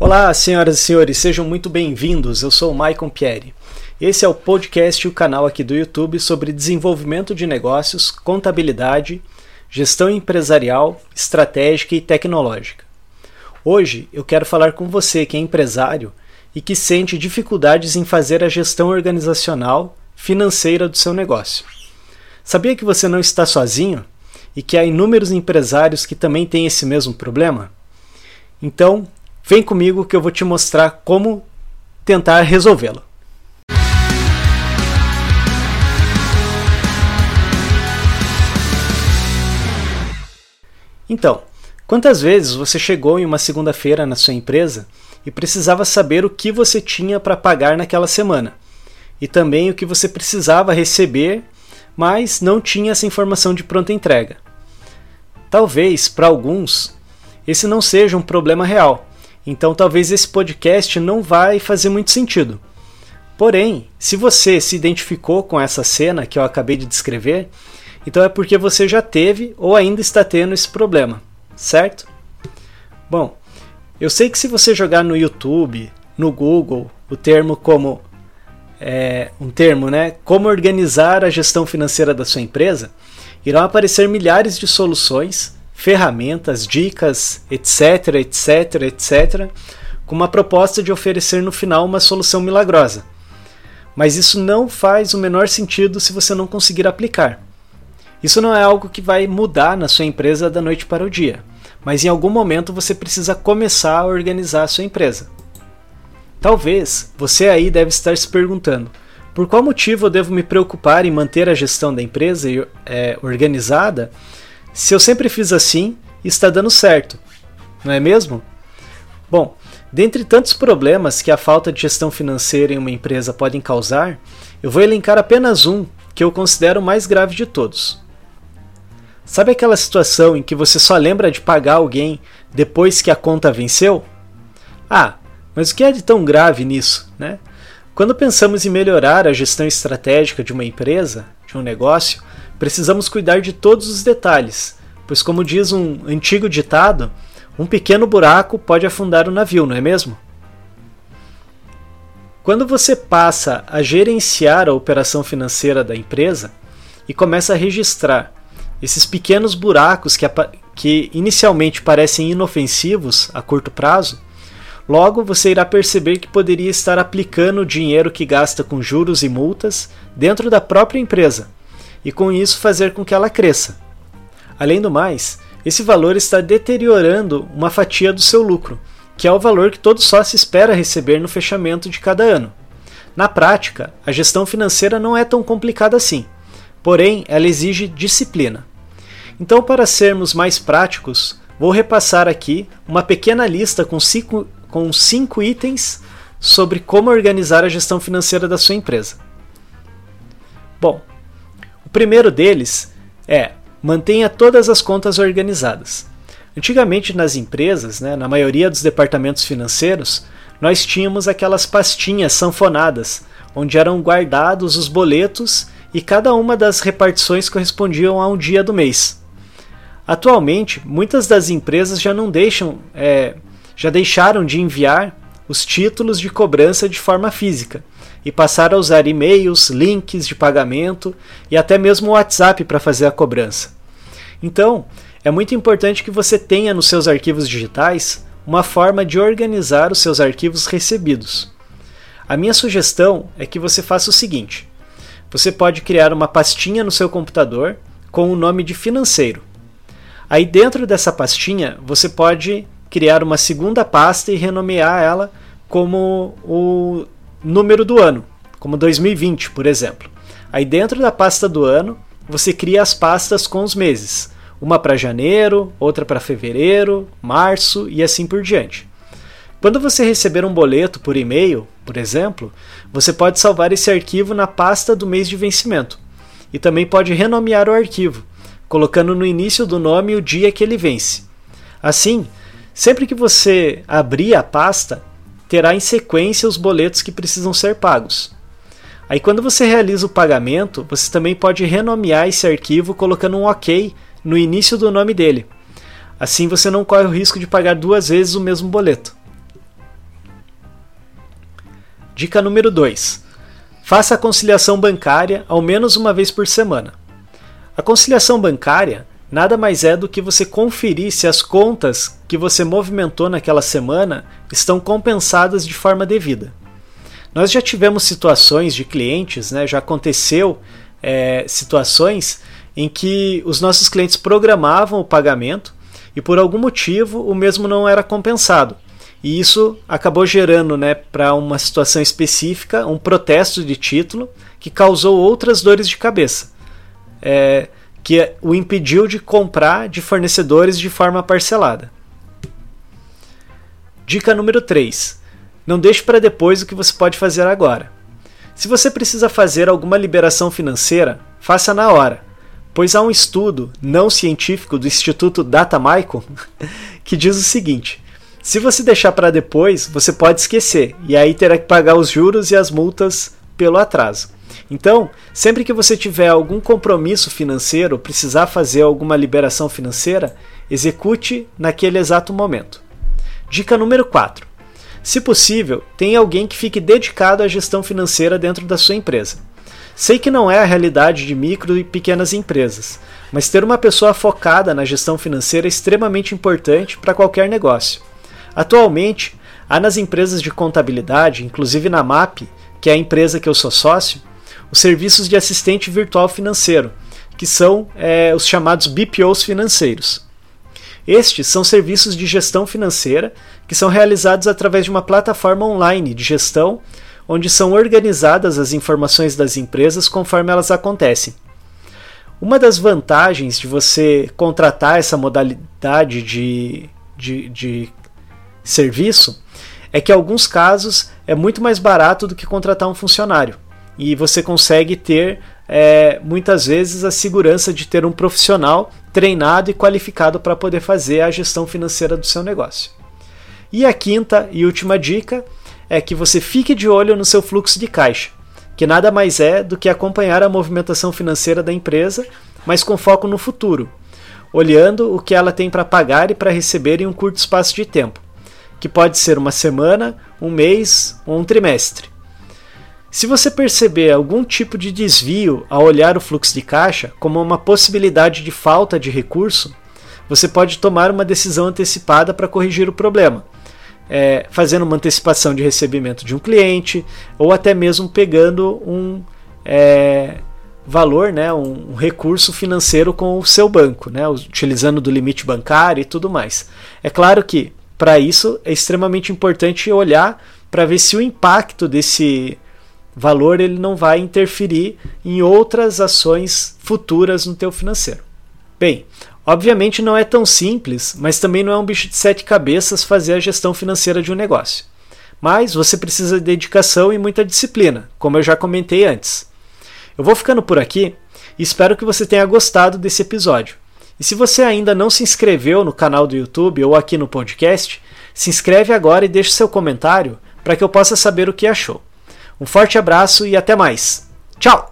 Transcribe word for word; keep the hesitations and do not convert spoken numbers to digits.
Olá, senhoras e senhores, sejam muito bem-vindos. Eu sou o Maicon Pieri. Esse é o podcast e o canal aqui do YouTube sobre desenvolvimento de negócios, contabilidade, gestão empresarial, estratégica e tecnológica. Hoje eu quero falar com você que é empresário e que sente dificuldades em fazer a gestão organizacional, financeira do seu negócio. Sabia que você não está sozinho e que há inúmeros empresários que também têm esse mesmo problema? Então, vem comigo que eu vou te mostrar como tentar resolvê-lo. Então, quantas vezes você chegou em uma segunda-feira na sua empresa e precisava saber o que você tinha para pagar naquela semana e também o que você precisava receber, mas não tinha essa informação de pronta entrega? Talvez, para alguns, esse não seja um problema real. Então talvez esse podcast não vai fazer muito sentido. Porém, se você se identificou com essa cena que eu acabei de descrever, então é porque você já teve ou ainda está tendo esse problema, certo? Bom, eu sei que se você jogar no YouTube, no Google, o termo como é, um termo, né, como organizar a gestão financeira da sua empresa, irão aparecer milhares de soluções, ferramentas, dicas, etc, etc, etc, com uma proposta de oferecer no final uma solução milagrosa. Mas isso não faz o menor sentido se você não conseguir aplicar. Isso não é algo que vai mudar na sua empresa da noite para o dia, mas em algum momento você precisa começar a organizar a sua empresa. Talvez você aí deve estar se perguntando, por qual motivo eu devo me preocupar em manter a gestão da empresa é, organizada se eu sempre fiz assim e está dando certo, não é mesmo? Bom, dentre tantos problemas que a falta de gestão financeira em uma empresa podem causar, eu vou elencar apenas um que eu considero o mais grave de todos. Sabe aquela situação em que você só lembra de pagar alguém depois que a conta venceu? Ah, mas o que é de tão grave nisso, né? Quando pensamos em melhorar a gestão estratégica de uma empresa, de um negócio, precisamos cuidar de todos os detalhes, pois como diz um antigo ditado, um pequeno buraco pode afundar o navio, não é mesmo? Quando você passa a gerenciar a operação financeira da empresa e começa a registrar esses pequenos buracos que, que inicialmente parecem inofensivos a curto prazo, logo você irá perceber que poderia estar aplicando o dinheiro que gasta com juros e multas dentro da própria empresa, e com isso fazer com que ela cresça. Além do mais, esse valor está deteriorando uma fatia do seu lucro, que é o valor que todo sócio espera receber no fechamento de cada ano. Na prática, a gestão financeira não é tão complicada assim, porém ela exige disciplina. Então, para sermos mais práticos, vou repassar aqui uma pequena lista com cinco, com cinco itens sobre como organizar a gestão financeira da sua empresa. Bom, o primeiro deles é: mantenha todas as contas organizadas. Antigamente nas empresas, né, na maioria dos departamentos financeiros, nós tínhamos aquelas pastinhas sanfonadas, onde eram guardados os boletos e cada uma das repartições correspondiam a um dia do mês. Atualmente, muitas das empresas já não deixam, é, já deixaram de enviar os títulos de cobrança de forma física e passaram a usar e-mails, links de pagamento e até mesmo o WhatsApp para fazer a cobrança. Então, é muito importante que você tenha nos seus arquivos digitais uma forma de organizar os seus arquivos recebidos. A minha sugestão é que você faça o seguinte: você pode criar uma pastinha no seu computador com o nome de financeiro. Aí dentro dessa pastinha você pode criar uma segunda pasta e renomear ela como o número do ano, como dois mil e vinte, por exemplo. Aí dentro da pasta do ano, você cria as pastas com os meses. Uma para janeiro, outra para fevereiro, março e assim por diante. Quando você receber um boleto por e-mail, por exemplo, você pode salvar esse arquivo na pasta do mês de vencimento. E também pode renomear o arquivo, colocando no início do nome o dia que ele vence. Assim, sempre que você abrir a pasta, terá em sequência os boletos que precisam ser pagos. Aí quando você realiza o pagamento, você também pode renomear esse arquivo colocando um OK no início do nome dele. Assim você não corre o risco de pagar duas vezes o mesmo boleto. Dica número dois. Faça a conciliação bancária ao menos uma vez por semana. A conciliação bancária nada mais é do que você conferir se as contas que você movimentou naquela semana estão compensadas de forma devida. Nós já tivemos situações de clientes, né, já aconteceu é, situações em que os nossos clientes programavam o pagamento e por algum motivo o mesmo não era compensado. E isso acabou gerando, né, para uma situação específica um protesto de título que causou outras dores de cabeça. É, que o impediu de comprar de fornecedores de forma parcelada. Dica número três. Não deixe para depois o que você pode fazer agora. Se você precisa fazer alguma liberação financeira, faça na hora, pois há um estudo não científico do Instituto Datamichael que diz o seguinte: se você deixar para depois, você pode esquecer, e aí terá que pagar os juros e as multas pelo atraso. Então, sempre que você tiver algum compromisso financeiro, precisar fazer alguma liberação financeira, execute naquele exato momento. Dica número quatro. Se possível, tenha alguém que fique dedicado à gestão financeira dentro da sua empresa. Sei que não é a realidade de micro e pequenas empresas, mas ter uma pessoa focada na gestão financeira é extremamente importante para qualquer negócio. Atualmente, há nas empresas de contabilidade, inclusive na M A P, que é a empresa que eu sou sócio, os serviços de assistente virtual financeiro, que são é, os chamados B P Os financeiros. Estes são serviços de gestão financeira que são realizados através de uma plataforma online de gestão, onde são organizadas as informações das empresas conforme elas acontecem. Uma das vantagens de você contratar essa modalidade de, de, de serviço é que em alguns casos é muito mais barato do que contratar um funcionário. E você consegue ter, é, muitas vezes, a segurança de ter um profissional treinado e qualificado para poder fazer a gestão financeira do seu negócio. E a quinta e última dica é que você fique de olho no seu fluxo de caixa, que nada mais é do que acompanhar a movimentação financeira da empresa, mas com foco no futuro, olhando o que ela tem para pagar e para receber em um curto espaço de tempo, que pode ser uma semana, um mês ou um trimestre. Se você perceber algum tipo de desvio ao olhar o fluxo de caixa como uma possibilidade de falta de recurso, você pode tomar uma decisão antecipada para corrigir o problema, é, fazendo uma antecipação de recebimento de um cliente ou até mesmo pegando um é, valor, né, um, um recurso financeiro com o seu banco, né, utilizando do limite bancário e tudo mais. É claro que para isso é extremamente importante olhar para ver se o impacto desse valor ele não vai interferir em outras ações futuras no teu financeiro. Bem, obviamente não é tão simples, mas também não é um bicho de sete cabeças fazer a gestão financeira de um negócio. Mas você precisa de dedicação e muita disciplina, como eu já comentei antes. Eu vou ficando por aqui e espero que você tenha gostado desse episódio. E se você ainda não se inscreveu no canal do YouTube ou aqui no podcast, se inscreve agora e deixe seu comentário para que eu possa saber o que achou. Um forte abraço e até mais. Tchau!